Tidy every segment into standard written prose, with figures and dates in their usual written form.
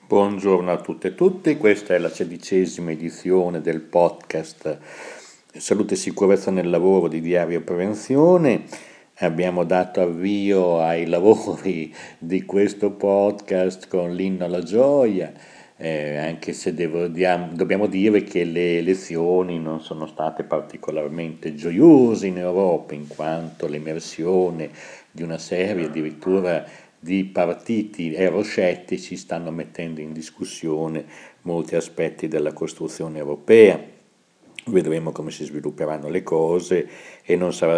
Buongiorno a tutte e tutti, questa è la 16ª edizione del podcast Salute e Sicurezza nel Lavoro di Diario Prevenzione. Abbiamo dato avvio ai lavori di questo podcast con l'inno alla gioia, anche se dobbiamo dire che le elezioni non sono state particolarmente gioiose in Europa, in quanto l'emersione di una serie addirittura di partiti euroscettici stanno mettendo in discussione molti aspetti della costruzione europea. Vedremo come si svilupperanno le cose e non sarà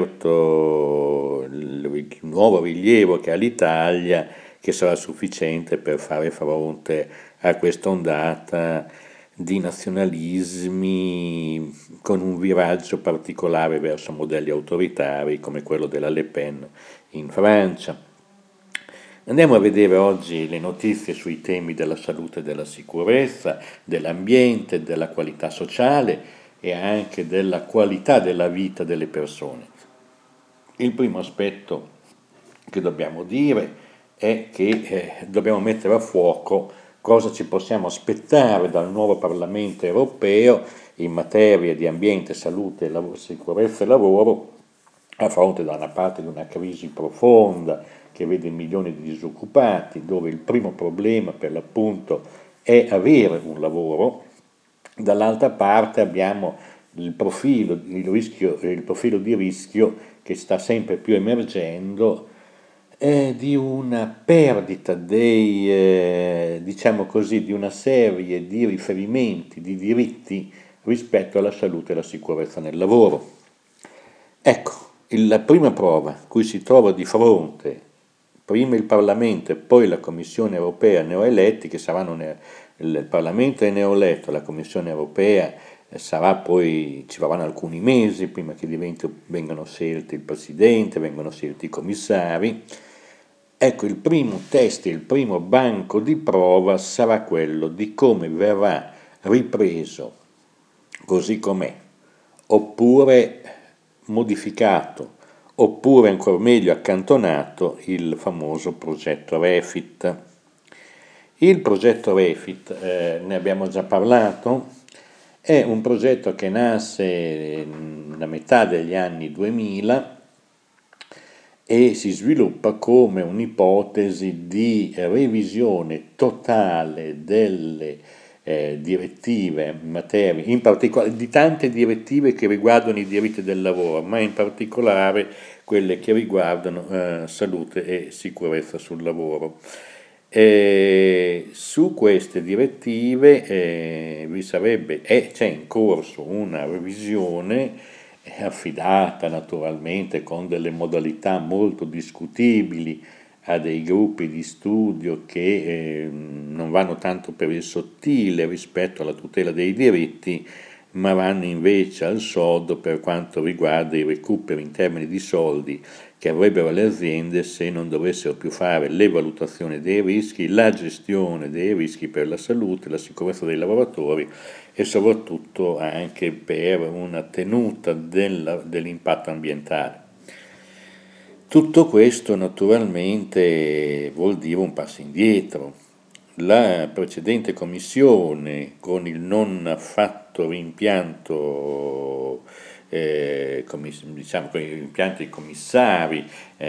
certo il nuovo rilievo che ha l'Italia che sarà sufficiente per fare fronte a questa ondata di nazionalismi con un viraggio particolare verso modelli autoritari come quello della Le Pen in Francia. Andiamo a vedere oggi le notizie sui temi della salute e della sicurezza, dell'ambiente, della qualità sociale e anche della qualità della vita delle persone. Il primo aspetto che dobbiamo dire è che dobbiamo mettere a fuoco cosa ci possiamo aspettare dal nuovo Parlamento europeo in materia di ambiente, salute, sicurezza e lavoro, a fronte da una parte di una crisi profonda che vede milioni di disoccupati, dove il primo problema per l'appunto è avere un lavoro, dall'altra parte abbiamo il profilo di rischio che sta sempre più emergendo di una perdita diciamo così, di una serie di riferimenti, di diritti rispetto alla salute e alla sicurezza nel lavoro. Ecco, la prima prova a cui si trova di fronte prima il Parlamento e poi la Commissione europea neoeletti, che saranno il Parlamento è neoeletto, la Commissione europea sarà poi, ci vorranno alcuni mesi prima che vengano scelti il Presidente, vengano scelti i commissari. Ecco, il primo test, il primo banco di prova sarà quello di come verrà ripreso così com'è, oppure modificato, oppure ancora meglio accantonato il famoso progetto Refit. Il progetto Refit, ne abbiamo già parlato, è un progetto che nasce nella metà degli anni 2000 e si sviluppa come un'ipotesi di revisione totale delle direttive in materia, in particolare di tante direttive che riguardano i diritti del lavoro, ma in particolare quelle che riguardano salute e sicurezza sul lavoro. Su queste direttive c'è in corso una revisione affidata naturalmente con delle modalità molto discutibili a dei gruppi di studio che non vanno tanto per il sottile rispetto alla tutela dei diritti, ma vanno invece al sodo per quanto riguarda i recuperi in termini di soldi che avrebbero le aziende se non dovessero più fare le valutazioni dei rischi, la gestione dei rischi per la salute, la sicurezza dei lavoratori e soprattutto anche per una tenuta dell'impatto ambientale. Tutto questo naturalmente vuol dire un passo indietro. La precedente commissione, con il non affatto rimpianto, diciamo, con gli impianti commissari,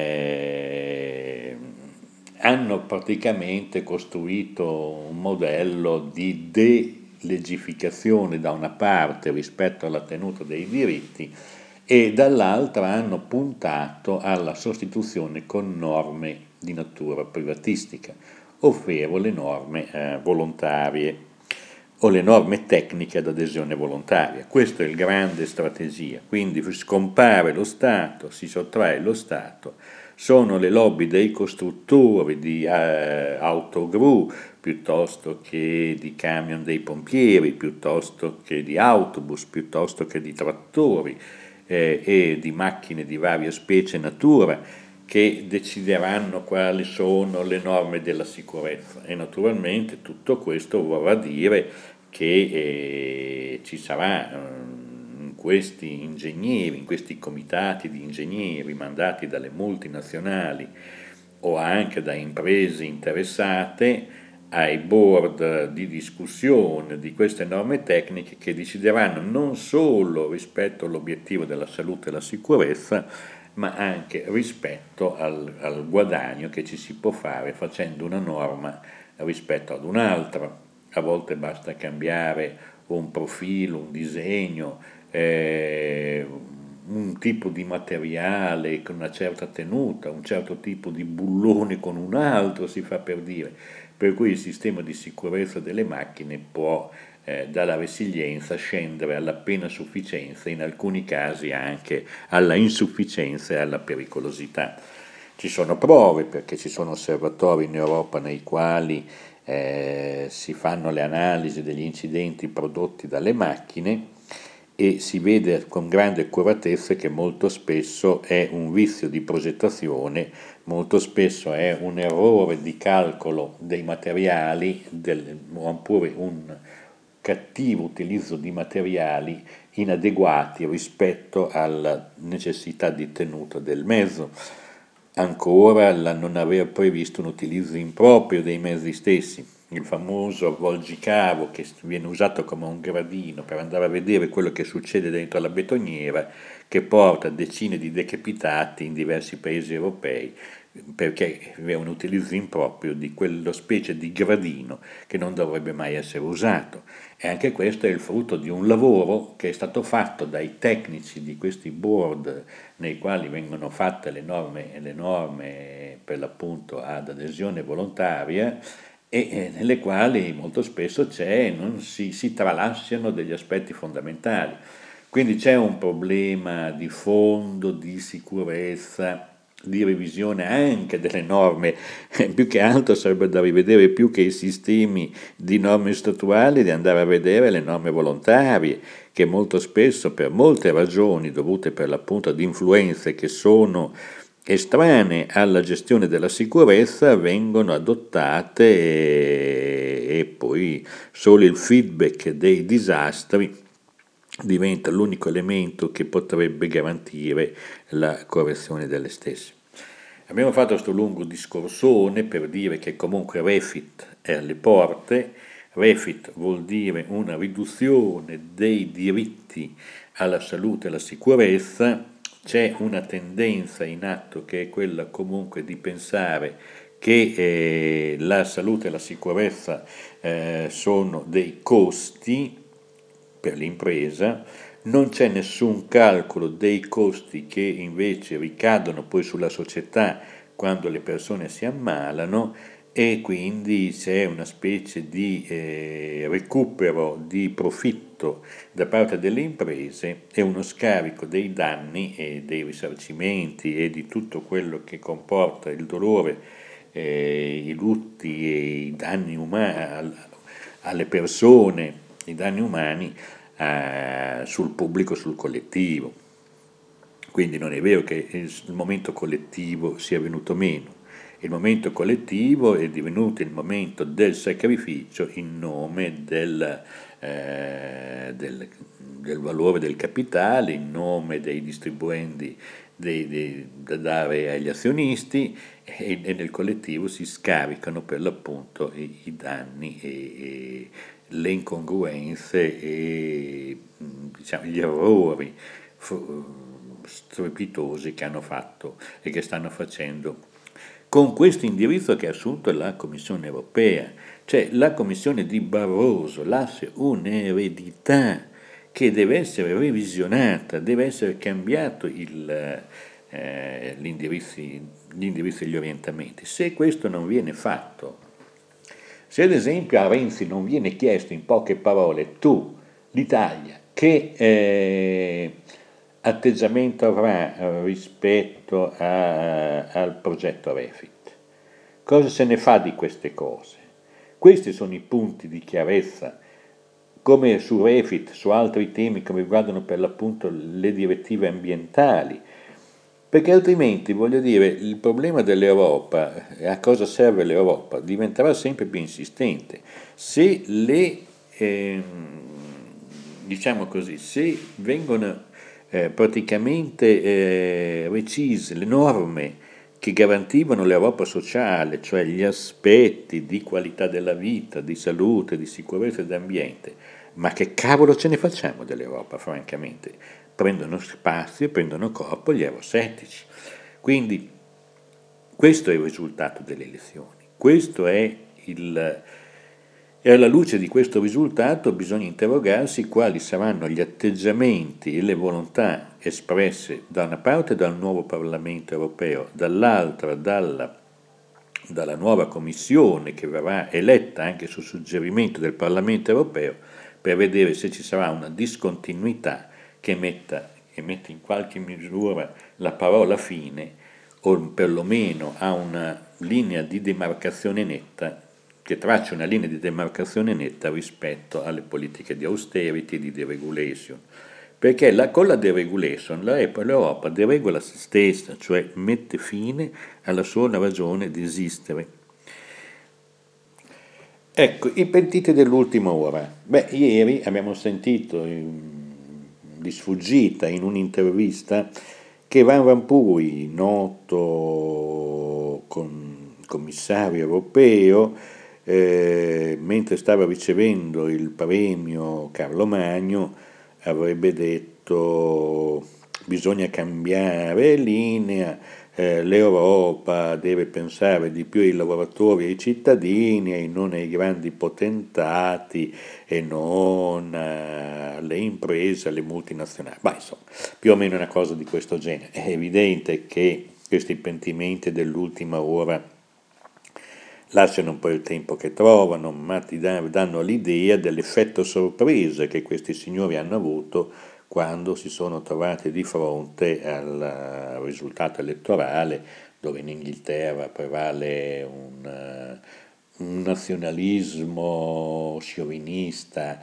hanno praticamente costruito un modello di delegificazione da una parte rispetto alla tenuta dei diritti e dall'altra hanno puntato alla sostituzione con norme di natura privatistica, ovvero le norme volontarie o le norme tecniche ad adesione volontaria. Questa è il grande strategia, quindi scompare lo Stato, si sottrae lo Stato, sono le lobby dei costruttori di autogru, piuttosto che di camion dei pompieri, piuttosto che di autobus, piuttosto che di trattori e di macchine di varia specie e natura, che decideranno quali sono le norme della sicurezza e naturalmente tutto questo vorrà dire che ci sarà in questi ingegneri, in questi comitati di ingegneri mandati dalle multinazionali o anche da imprese interessate ai board di discussione di queste norme tecniche che decideranno non solo rispetto all'obiettivo della salute e la sicurezza, ma anche rispetto al guadagno che ci si può fare facendo una norma rispetto ad un'altra. A volte basta cambiare un profilo, un disegno, un tipo di materiale con una certa tenuta, un certo tipo di bullone con un altro, si fa per dire, per cui il sistema di sicurezza delle macchine può dalla resilienza scendere alla piena sufficienza, in alcuni casi anche alla insufficienza e alla pericolosità. Ci sono prove perché ci sono osservatori in Europa nei quali si fanno le analisi degli incidenti prodotti dalle macchine e si vede con grande accuratezza che molto spesso è un vizio di progettazione, molto spesso è un errore di calcolo dei materiali oppure un cattivo utilizzo di materiali inadeguati rispetto alla necessità di tenuta del mezzo. Ancora la non aver previsto un utilizzo improprio dei mezzi stessi, il famoso avvolgicavo che viene usato come un gradino per andare a vedere quello che succede dentro la betoniera, che porta decine di decapitati in diversi paesi europei, perché è un utilizzo improprio di quello specie di gradino che non dovrebbe mai essere usato. E anche questo è il frutto di un lavoro che è stato fatto dai tecnici di questi board nei quali vengono fatte le norme per l'appunto ad adesione volontaria e nelle quali molto spesso si tralasciano degli aspetti fondamentali. Quindi c'è un problema di fondo, di sicurezza, di revisione anche delle norme, più che altro sarebbe da rivedere più che i sistemi di norme statuali, di andare a vedere le norme volontarie, che molto spesso per molte ragioni dovute per l'appunto ad influenze che sono estranee alla gestione della sicurezza vengono adottate e poi solo il feedback dei disastri diventa l'unico elemento che potrebbe garantire la correzione delle stesse. Abbiamo fatto questo lungo discorsone per dire che comunque Refit è alle porte. Refit vuol dire una riduzione dei diritti alla salute e alla sicurezza. C'è una tendenza in atto che è quella comunque di pensare che la salute e la sicurezza sono dei costi per l'impresa, non c'è nessun calcolo dei costi che invece ricadono poi sulla società quando le persone si ammalano e quindi c'è una specie di recupero di profitto da parte delle imprese e uno scarico dei danni e dei risarcimenti e di tutto quello che comporta il dolore, i lutti e i danni umani alle persone, i danni umani sul pubblico, sul collettivo. Quindi non è vero che il momento collettivo sia venuto meno. Il momento collettivo è divenuto il momento del sacrificio in nome del valore del capitale, in nome dei distribuendi da dare agli azionisti e nel collettivo si scaricano per l'appunto i danni e le incongruenze e diciamo, gli errori strepitosi che hanno fatto e che stanno facendo con questo indirizzo che ha assunto la Commissione europea. Cioè la Commissione di Barroso lascia un'eredità che deve essere revisionata, deve essere cambiato gli indirizzi e gli orientamenti. Se questo non viene fatto, se ad esempio a Renzi non viene chiesto in poche parole, l'Italia, che atteggiamento avrà rispetto al progetto Refit? Cosa se ne fa di queste cose? Questi sono i punti di chiarezza, come su Refit, su altri temi che riguardano per l'appunto le direttive ambientali, perché altrimenti, voglio dire, il problema dell'Europa, a cosa serve l'Europa, diventerà sempre più insistente. Se diciamo così, se vengono praticamente recise le norme che garantivano l'Europa sociale, cioè gli aspetti di qualità della vita, di salute, di sicurezza e di ambiente. Ma che cavolo ce ne facciamo dell'Europa, francamente? Prendono spazio, prendono corpo gli eurosettici. Quindi questo è il risultato delle elezioni, questo è il... E alla luce di questo risultato bisogna interrogarsi quali saranno gli atteggiamenti e le volontà espresse da una parte dal nuovo Parlamento europeo, dall'altra dalla nuova Commissione che verrà eletta anche su suggerimento del Parlamento europeo, per vedere se ci sarà una discontinuità che metta in qualche misura la parola fine o perlomeno a una linea di demarcazione netta, che traccia una linea di demarcazione netta rispetto alle politiche di austerity e di deregulation. Perché con la deregulation l'Europa deregola se stessa, cioè mette fine alla sola ragione di esistere. Ecco, i pentiti dell'ultima ora. Beh, ieri abbiamo sentito di sfuggita in un'intervista che Van Rompuy, noto commissario europeo, mentre stava ricevendo il premio Carlo Magno, avrebbe detto bisogna cambiare linea, l'Europa deve pensare di più ai lavoratori e ai cittadini e non ai grandi potentati e non alle imprese, alle multinazionali. Ma insomma, più o meno una cosa di questo genere. È evidente che questi pentimenti dell'ultima ora lasciano un po' il tempo che trovano, ma ti danno l'idea dell'effetto sorpresa che questi signori hanno avuto quando si sono trovati di fronte al risultato elettorale, dove in Inghilterra prevale un nazionalismo sciovinista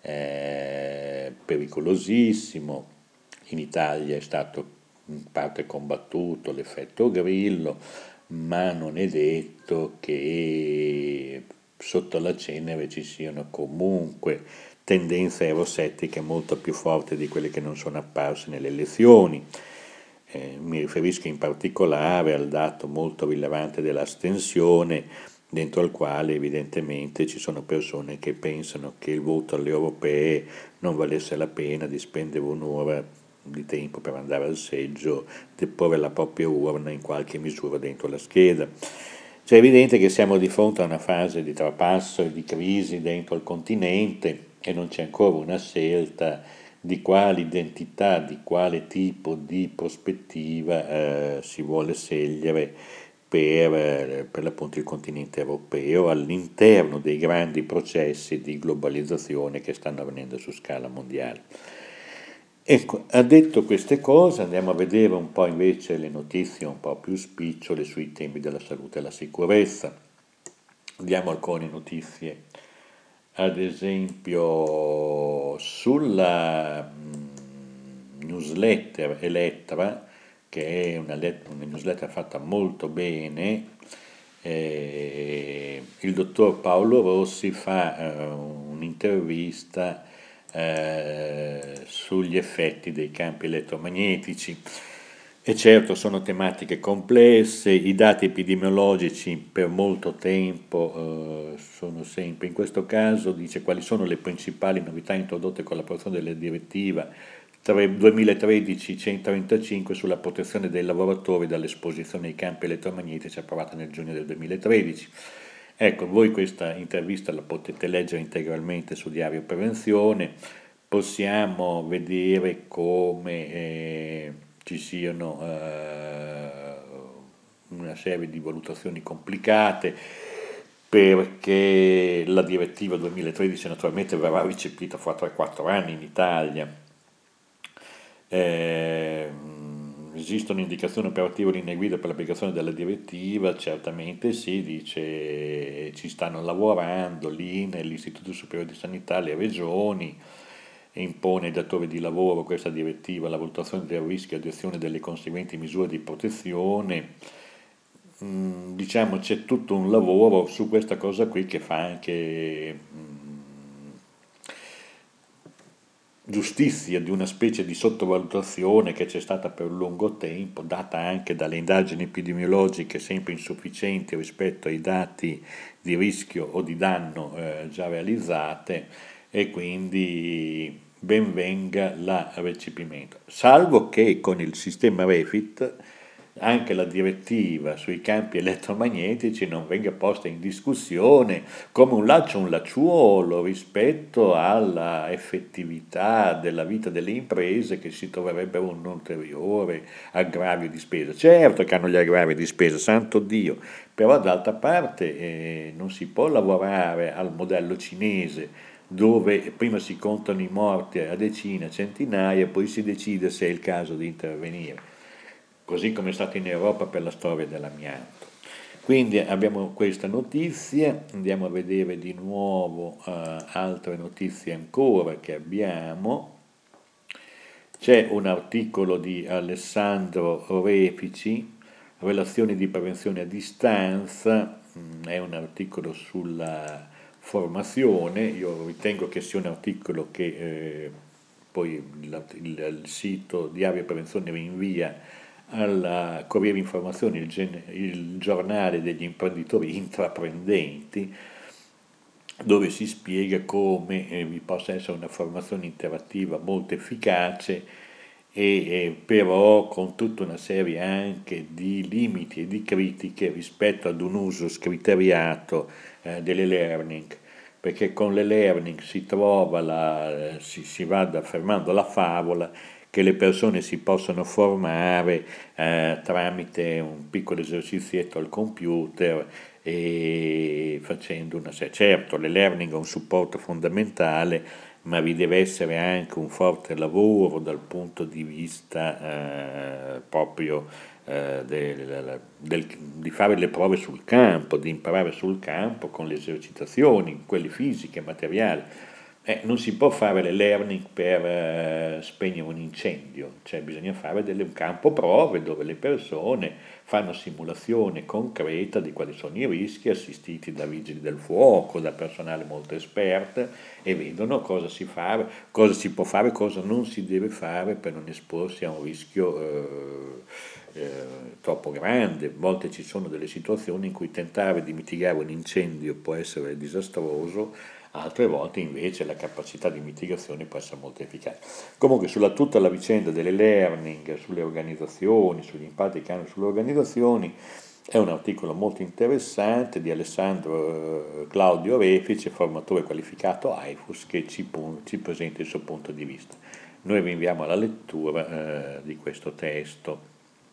pericolosissimo. In Italia è stato in parte combattuto l'effetto Grillo, ma non è detto che sotto la cenere ci siano comunque tendenze eurosettiche molto più forti di quelle che non sono apparse nelle elezioni. Mi riferisco in particolare al dato molto rilevante dell'astensione, dentro al quale evidentemente ci sono persone che pensano che il voto alle europee non valesse la pena di spendere un'ora di tempo per andare al seggio, deporre la propria urna in qualche misura dentro la scheda. Cioè è evidente che siamo di fronte a una fase di trapasso e di crisi dentro il continente e non c'è ancora una scelta di quale identità, di quale tipo di prospettiva si vuole scegliere per l'appunto il continente europeo all'interno dei grandi processi di globalizzazione che stanno avvenendo su scala mondiale. Ecco, ha detto queste cose, andiamo a vedere un po' invece le notizie un po' più spicciole sui temi della salute e della sicurezza. Diamo alcune notizie, ad esempio sulla newsletter Elettra, che è una newsletter fatta molto bene. Il dottor Paolo Rossi fa un'intervista sugli effetti dei campi elettromagnetici. E certo sono tematiche complesse, i dati epidemiologici per molto tempo sono sempre, in questo caso dice quali sono le principali novità introdotte con l'approvazione della direttiva 2013-135 sulla protezione dei lavoratori dall'esposizione ai campi elettromagnetici approvata nel giugno del 2013. Ecco, voi questa intervista la potete leggere integralmente su Diario Prevenzione, possiamo vedere come ci siano una serie di valutazioni complicate perché la direttiva 2013 naturalmente verrà recepita fra 3-4 anni in Italia. Eh, Esistono indicazioni operative o linee guida per l'applicazione della direttiva? Certamente sì, dice ci stanno lavorando l'INE, l'Istituto Superiore di Sanità, le regioni, impone ai datori di lavoro questa direttiva la valutazione del rischio e adozione delle conseguenti misure di protezione. Diciamo c'è tutto un lavoro su questa cosa qui che fa anche giustizia di una specie di sottovalutazione che c'è stata per un lungo tempo, data anche dalle indagini epidemiologiche sempre insufficienti rispetto ai dati di rischio o di danno già realizzate, e quindi ben venga il recepimento. Salvo che con il sistema Refit anche la direttiva sui campi elettromagnetici non venga posta in discussione come un laccio, un lacciuolo rispetto alla effettività della vita delle imprese, che si troverebbero un ulteriore aggravio di spesa. Certo che hanno gli aggravi di spesa, santo Dio, però d'altra parte non si può lavorare al modello cinese, dove prima si contano i morti a decine, a centinaia, e poi si decide se è il caso di intervenire, così come è stato in Europa per la storia dell'amianto. Quindi abbiamo questa notizia, andiamo a vedere di nuovo altre notizie ancora che abbiamo. C'è un articolo di Alessandro Refici, Relazioni di prevenzione a distanza, è un articolo sulla formazione. Io ritengo che sia un articolo che poi il sito Diario Prevenzione rinvia al Corriere Informazioni, il giornale degli imprenditori intraprendenti, dove si spiega come vi possa essere una formazione interattiva molto efficace, però con tutta una serie anche di limiti e di critiche rispetto ad un uso scriteriato delle learning, perché con le learning si trova si va affermando la favola che le persone si possono formare tramite un piccolo esercizietto al computer e facendo una serie. Certo, le learning è un supporto fondamentale, ma vi deve essere anche un forte lavoro dal punto di vista proprio di fare le prove sul campo, di imparare sul campo con le esercitazioni, quelle fisiche, materiali. Non si può fare le learning per spegnere un incendio, cioè bisogna fare un campo prove dove le persone fanno simulazione concreta di quali sono i rischi, assistiti da vigili del fuoco, da personale molto esperto, e vedono cosa si fa, cosa si può fare, cosa non si deve fare per non esporsi a un rischio troppo grande. A volte ci sono delle situazioni in cui tentare di mitigare un incendio può essere disastroso, altre volte invece la capacità di mitigazione può essere molto efficace. Comunque tutta la vicenda delle learning, sulle organizzazioni, sugli impatti che hanno sulle organizzazioni, è un articolo molto interessante di Alessandro Claudio Refice, formatore qualificato AIFUS, che ci presenta il suo punto di vista. Noi vi inviamo alla lettura di questo testo.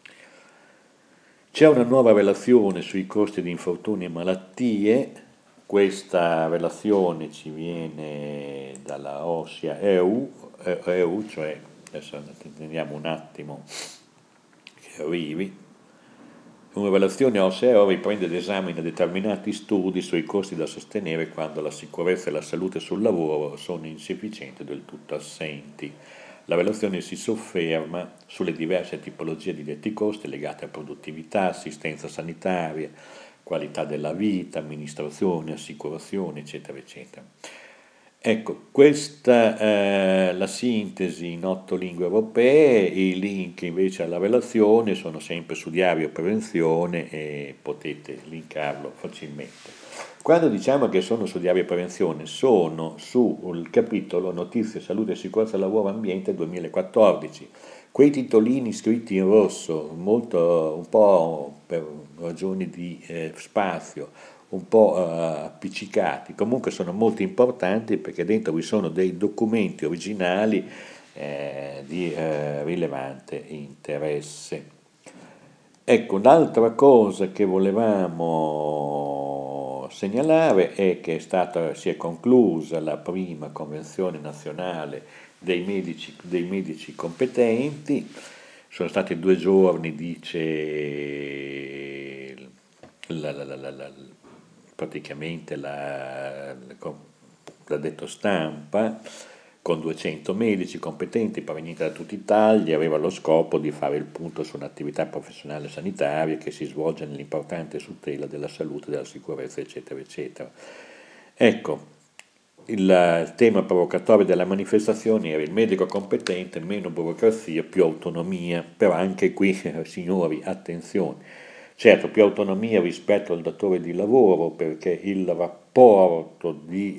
C'è una nuova relazione sui costi di infortuni e malattie. Questa relazione ci viene dalla OSIA EU, cioè adesso attendiamo un attimo che arrivi. Una relazione OSIA EU riprende ed esamina determinati studi sui costi da sostenere quando la sicurezza e la salute sul lavoro sono insufficienti o del tutto assenti. La relazione si sofferma sulle diverse tipologie di detti costi legate a produttività, assistenza sanitaria, qualità della vita, amministrazione, assicurazione, eccetera, eccetera. Ecco, questa è la sintesi in 8 lingue europee. I link invece alla relazione sono sempre su Diario Prevenzione e potete linkarlo facilmente. Quando diciamo che sono su Diario Prevenzione, sono sul capitolo Notizie, Salute e Sicurezza Lavoro Ambiente 2014. Quei titolini scritti in rosso, un po' per ragioni di spazio, un po' appiccicati, comunque sono molto importanti perché dentro vi sono dei documenti originali di rilevante interesse. Ecco, un'altra cosa che volevamo segnalare è che si è conclusa la prima convenzione nazionale dei medici competenti. Sono stati 2 giorni, dice praticamente l'ha detto Stampa, con 200 medici competenti provenienti da tutta Italia, aveva lo scopo di fare il punto su un'attività professionale sanitaria che si svolge nell'importante tutela della salute, della sicurezza, eccetera, eccetera. Ecco, il tema provocatorio della manifestazione era il medico competente, meno burocrazia, più autonomia, però anche qui, signori, attenzione, certo più autonomia rispetto al datore di lavoro perché il rapporto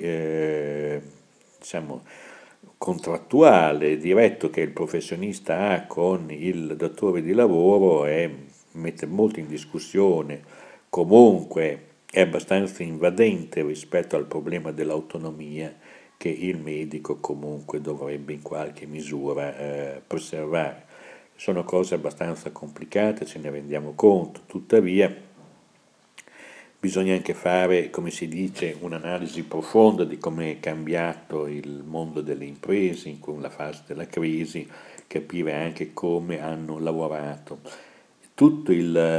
diciamo, contrattuale diretto che il professionista ha con il datore di lavoro mette molto in discussione, comunque è abbastanza invadente rispetto al problema dell'autonomia che il medico comunque dovrebbe in qualche misura preservare. Sono cose abbastanza complicate, ce ne rendiamo conto, tuttavia bisogna anche fare, come si dice, un'analisi profonda di come è cambiato il mondo delle imprese in la fase della crisi, capire anche come hanno lavorato. Tutto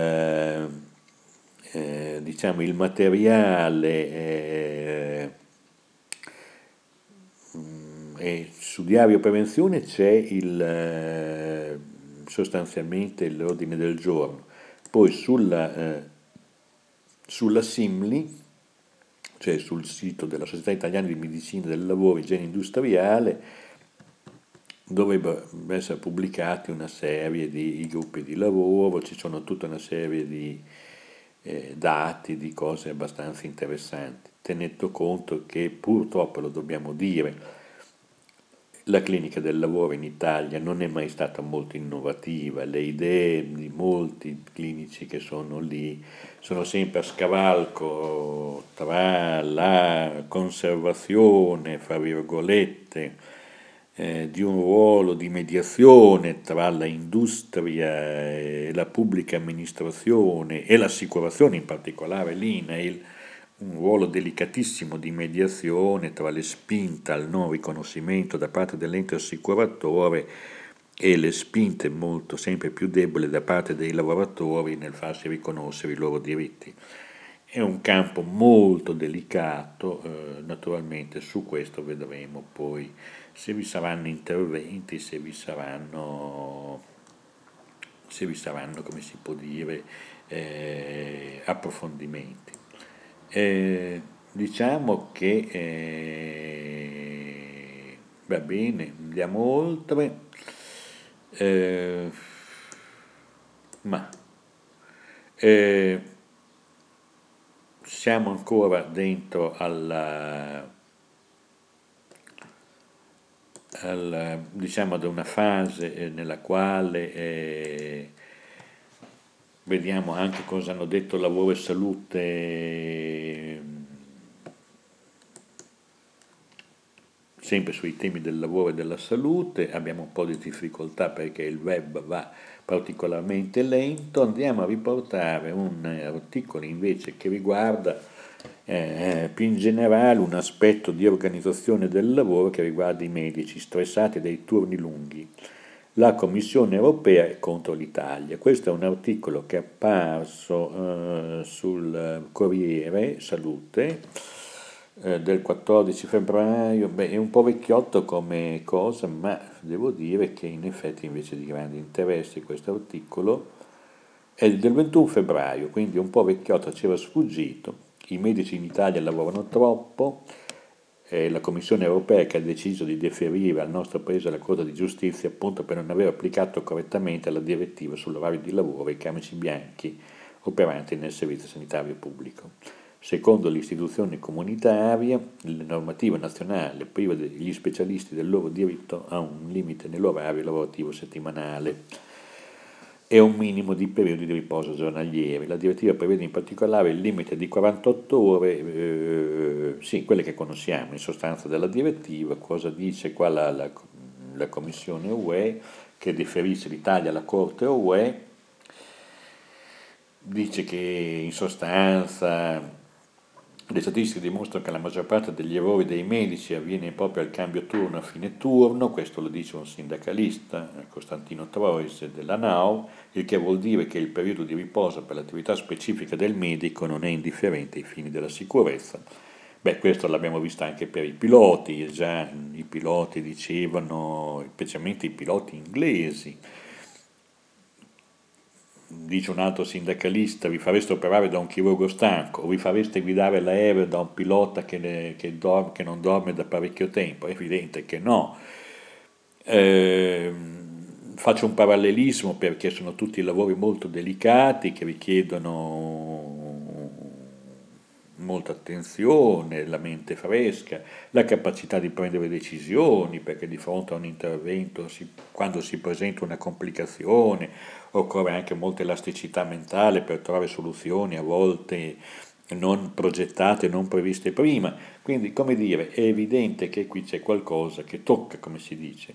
diciamo, il materiale e su Diario Prevenzione c'è sostanzialmente l'ordine del giorno, poi sulla Simli, cioè sul sito della Società Italiana di Medicina del Lavoro e Igiene Industriale, dovrebbero essere pubblicati una serie di gruppi di lavoro, ci sono tutta una serie di dati, di cose abbastanza interessanti, tenendo conto che purtroppo lo dobbiamo dire, la clinica del lavoro in Italia non è mai stata molto innovativa, le idee di molti clinici che sono lì sono sempre a scavalco tra la conservazione, fra virgolette, di un ruolo di mediazione tra la industria e la pubblica amministrazione e l'assicurazione, in particolare l'INAIL, un ruolo delicatissimo di mediazione tra le spinte al non riconoscimento da parte dell'ente assicuratore e le spinte molto sempre più deboli da parte dei lavoratori nel farsi riconoscere i loro diritti. È un campo molto delicato, naturalmente su questo vedremo poi se vi saranno interventi, se vi saranno, come si può dire, approfondimenti. Diciamo che va bene, andiamo oltre, eh, ma eh, siamo ancora dentro diciamo ad una fase nella quale vediamo anche cosa hanno detto lavoro e salute sempre sui temi del lavoro e della salute, abbiamo un po' di difficoltà perché il web va particolarmente lento, andiamo a riportare un articolo invece che riguarda più in generale un aspetto di organizzazione del lavoro che riguarda i medici stressati dai turni lunghi. La Commissione europea è contro l'Italia. Questo è un articolo che è apparso sul Corriere Salute del 14 febbraio. Beh, è un po' vecchiotto come cosa, ma devo dire che in effetti invece di grande interesse questo articolo è del 21 febbraio, quindi un po' vecchiotto, c'era sfuggito. I medici in Italia lavorano troppo, la Commissione europea che ha deciso di deferire al nostro paese la Corte di Giustizia appunto per non aver applicato correttamente la direttiva sull'orario di lavoro ai camici bianchi operanti nel servizio sanitario pubblico. Secondo l'istituzione comunitaria, la normativa nazionale priva degli specialisti del loro diritto a un limite nell'orario lavorativo settimanale e un minimo di periodi di riposo giornalieri. La direttiva prevede in particolare il limite di 48 ore, sì, quelle che conosciamo in sostanza della direttiva. Cosa dice qua la Commissione UE che deferisce l'Italia alla Corte UE? Dice che in sostanza le statistiche dimostrano che la maggior parte degli errori dei medici avviene proprio al cambio turno a fine turno, questo lo dice un sindacalista, Costantino Trois della NAO, il che vuol dire che il periodo di riposo per l'attività specifica del medico non è indifferente ai fini della sicurezza. Beh, questo l'abbiamo visto anche per i piloti, già i piloti dicevano, specialmente i piloti inglesi, dice un altro sindacalista, vi fareste operare da un chirurgo stanco o vi fareste guidare l'aereo da un pilota che non dorme da parecchio tempo? È evidente che no. Faccio un parallelismo perché sono tutti lavori molto delicati che richiedono molta attenzione, la mente fresca, la capacità di prendere decisioni, perché di fronte a un intervento, quando si presenta una complicazione, occorre anche molta elasticità mentale per trovare soluzioni a volte non progettate, non previste prima. Quindi, come dire, è evidente che qui c'è qualcosa che tocca, come si dice.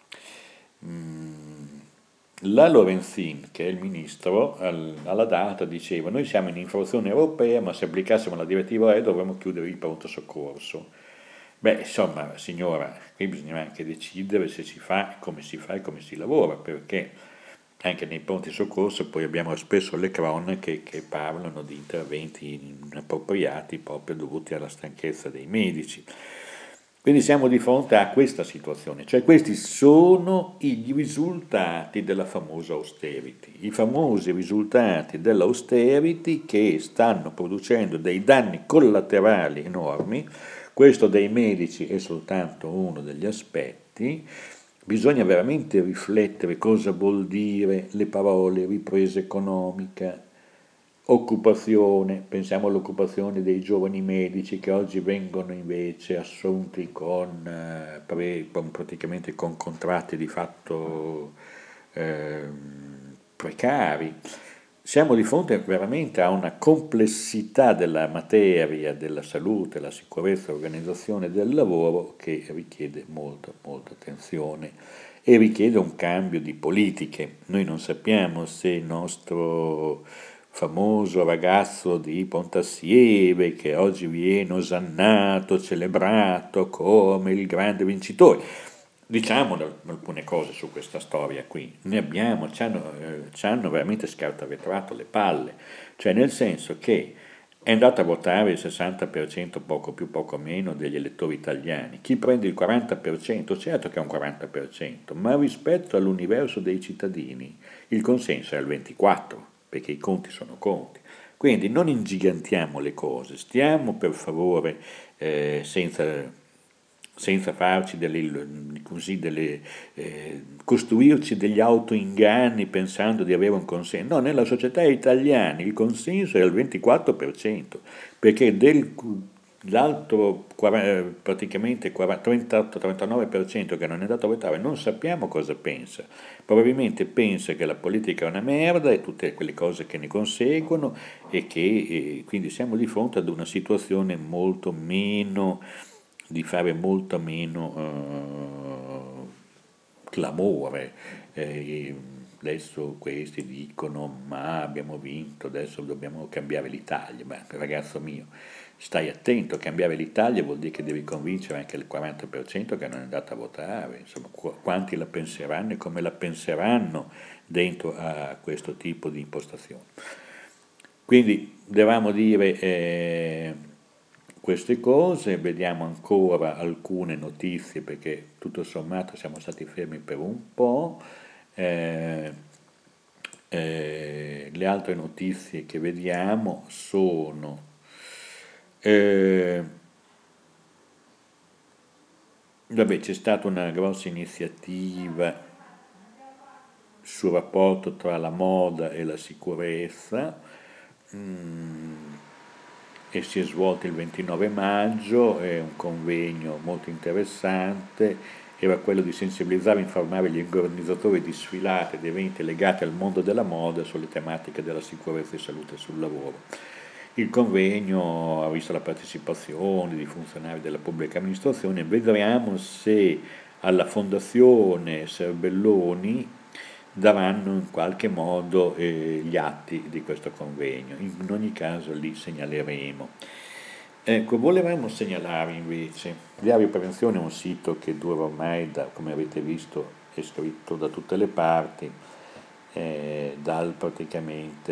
La Lorenzin, che è il ministro, alla data diceva: noi siamo in infrazione europea, ma se applicassimo la direttiva UE dovremmo chiudere il pronto soccorso. Beh, insomma, signora, qui bisogna anche decidere se si fa e come si lavora, perché anche nei pronti soccorso poi abbiamo spesso le cronache che parlano di interventi inappropriati proprio dovuti alla stanchezza dei medici. Quindi siamo di fronte a questa situazione, cioè questi sono i risultati della famosa austerity, i famosi risultati dell'austerity che stanno producendo dei danni collaterali enormi. Questo dei medici è soltanto uno degli aspetti. Bisogna veramente riflettere cosa vuol dire le parole ripresa economica, occupazione, pensiamo all'occupazione dei giovani medici che oggi vengono invece assunti praticamente con contratti di fatto precari. Siamo di fronte veramente a una complessità della materia, della salute, la sicurezza e l'organizzazione del lavoro che richiede molta, molta attenzione e richiede un cambio di politiche. Noi non sappiamo se il nostro famoso ragazzo di Pontassieve, che oggi viene osannato, celebrato come il grande vincitore. Diciamo alcune cose su questa storia qui. Ci hanno veramente scartavetrato le palle, cioè nel senso che è andato a votare il 60%, poco più, poco meno, degli elettori italiani. Chi prende il 40%, certo che è un 40%, ma rispetto all'universo dei cittadini il consenso è al 24%, perché i conti sono conti. Quindi non ingigantiamo le cose, stiamo per favore senza farci costruirci degli autoinganni pensando di avere un consenso. No, nella società italiana il consenso è al 24%, perché l'altro praticamente 38-39% che non è andato a votare non sappiamo cosa pensa. Probabilmente pensa che la politica è una merda e tutte quelle cose che ne conseguono e che quindi siamo di fronte ad una situazione molto meno di fare molto meno clamore. Adesso questi dicono ma abbiamo vinto, adesso dobbiamo cambiare l'Italia. Ma ragazzo mio, stai attento, cambiare l'Italia vuol dire che devi convincere anche il 40% che non è andato a votare, insomma quanti la penseranno e come la penseranno dentro a questo tipo di impostazione. Quindi dovevamo dire queste cose, vediamo ancora alcune notizie perché tutto sommato siamo stati fermi per un po'. Eh, le altre notizie che vediamo sono eh, vabbè, c'è stata una grossa iniziativa sul rapporto tra la moda e la sicurezza. E si è svolto il 29 maggio, è un convegno molto interessante, era quello di sensibilizzare e informare gli organizzatori di sfilate ed eventi legati al mondo della moda sulle tematiche della sicurezza e salute sul lavoro. Il convegno ha visto la partecipazione di funzionari della pubblica amministrazione, vedremo se alla Fondazione Serbelloni daranno in qualche modo gli atti di questo convegno. In ogni caso li segnaleremo. Ecco, volevamo segnalare invece, Diario Prevenzione è un sito che dura ormai, come avete visto, è scritto da tutte le parti, dal praticamente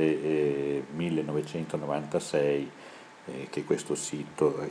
1996 che questo sito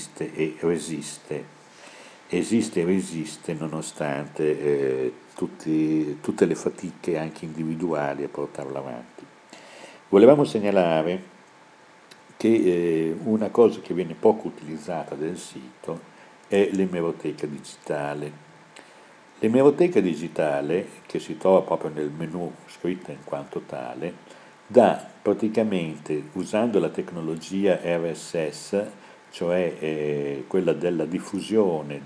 esiste e resiste nonostante tutte le fatiche anche individuali a portarlo avanti. Volevamo segnalare che una cosa che viene poco utilizzata del sito è l'emeroteca digitale. L'emeroteca digitale, che si trova proprio nel menu scritta in quanto tale, dà praticamente, usando la tecnologia RSS, cioè quella della diffusione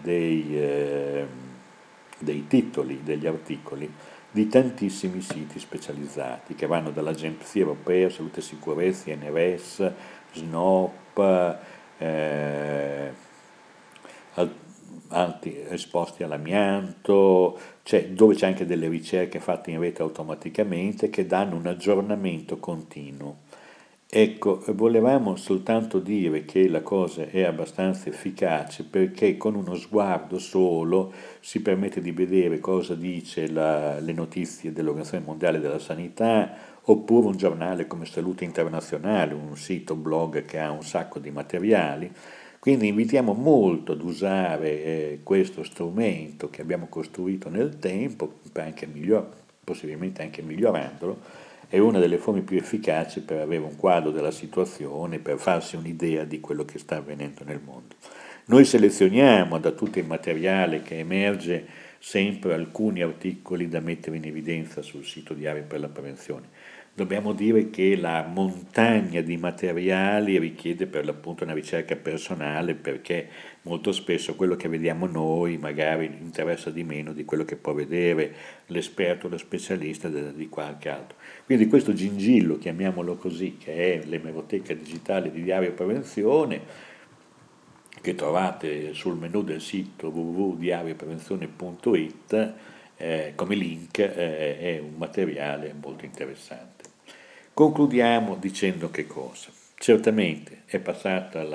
dei titoli degli articoli, di tantissimi siti specializzati che vanno dall'Agenzia Europea Salute e Sicurezza, NRS, SNOP, eh, al- altri esposti all'amianto, dove c'è anche delle ricerche fatte in rete automaticamente che danno un aggiornamento continuo. Ecco, volevamo soltanto dire che la cosa è abbastanza efficace perché con uno sguardo solo si permette di vedere cosa dice le notizie dell'Organizzazione Mondiale della Sanità oppure un giornale come Salute Internazionale, un sito blog che ha un sacco di materiali. Quindi invitiamo molto ad usare questo strumento che abbiamo costruito nel tempo, possibilmente anche migliorandolo, è una delle forme più efficaci per avere un quadro della situazione, per farsi un'idea di quello che sta avvenendo nel mondo. Noi selezioniamo da tutto il materiale che emerge sempre alcuni articoli da mettere in evidenza sul sito di Area per la Prevenzione. Dobbiamo dire che la montagna di materiali richiede per l'appunto una ricerca personale perché molto spesso quello che vediamo noi magari interessa di meno di quello che può vedere l'esperto, lo specialista di qualche altro. Quindi questo gingillo, chiamiamolo così, che è l'emeroteca digitale di Diario Prevenzione, che trovate sul menu del sito www.diarioprevenzione.it come link, è un materiale molto interessante. Concludiamo dicendo che cosa? Certamente è passata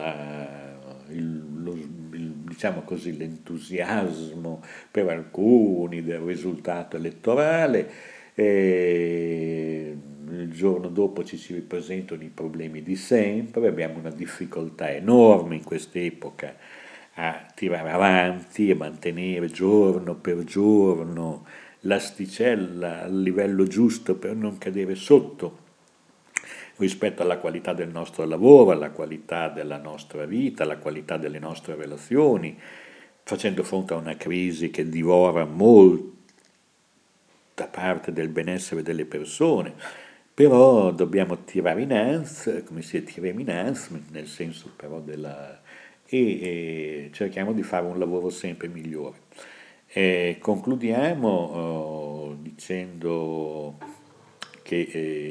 diciamo così, l'entusiasmo per alcuni del risultato elettorale, e il giorno dopo ci si ripresentano i problemi di sempre, abbiamo una difficoltà enorme in quest'epoca a tirare avanti e mantenere giorno per giorno l'asticella al livello giusto per non cadere sotto rispetto alla qualità del nostro lavoro, alla qualità della nostra vita, alla qualità delle nostre relazioni, facendo fronte a una crisi che divora molta parte del benessere delle persone, però dobbiamo tirare in alto, come si tira in alto, nel senso però e cerchiamo di fare un lavoro sempre migliore. Concludiamo dicendo che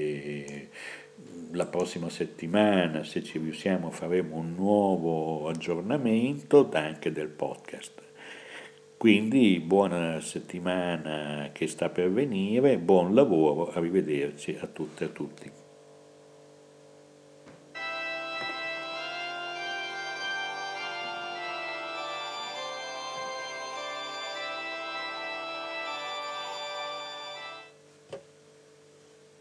la prossima settimana, se ci riusciamo, faremo un nuovo aggiornamento anche del podcast. Quindi buona settimana che sta per venire, buon lavoro, arrivederci a tutte e a tutti.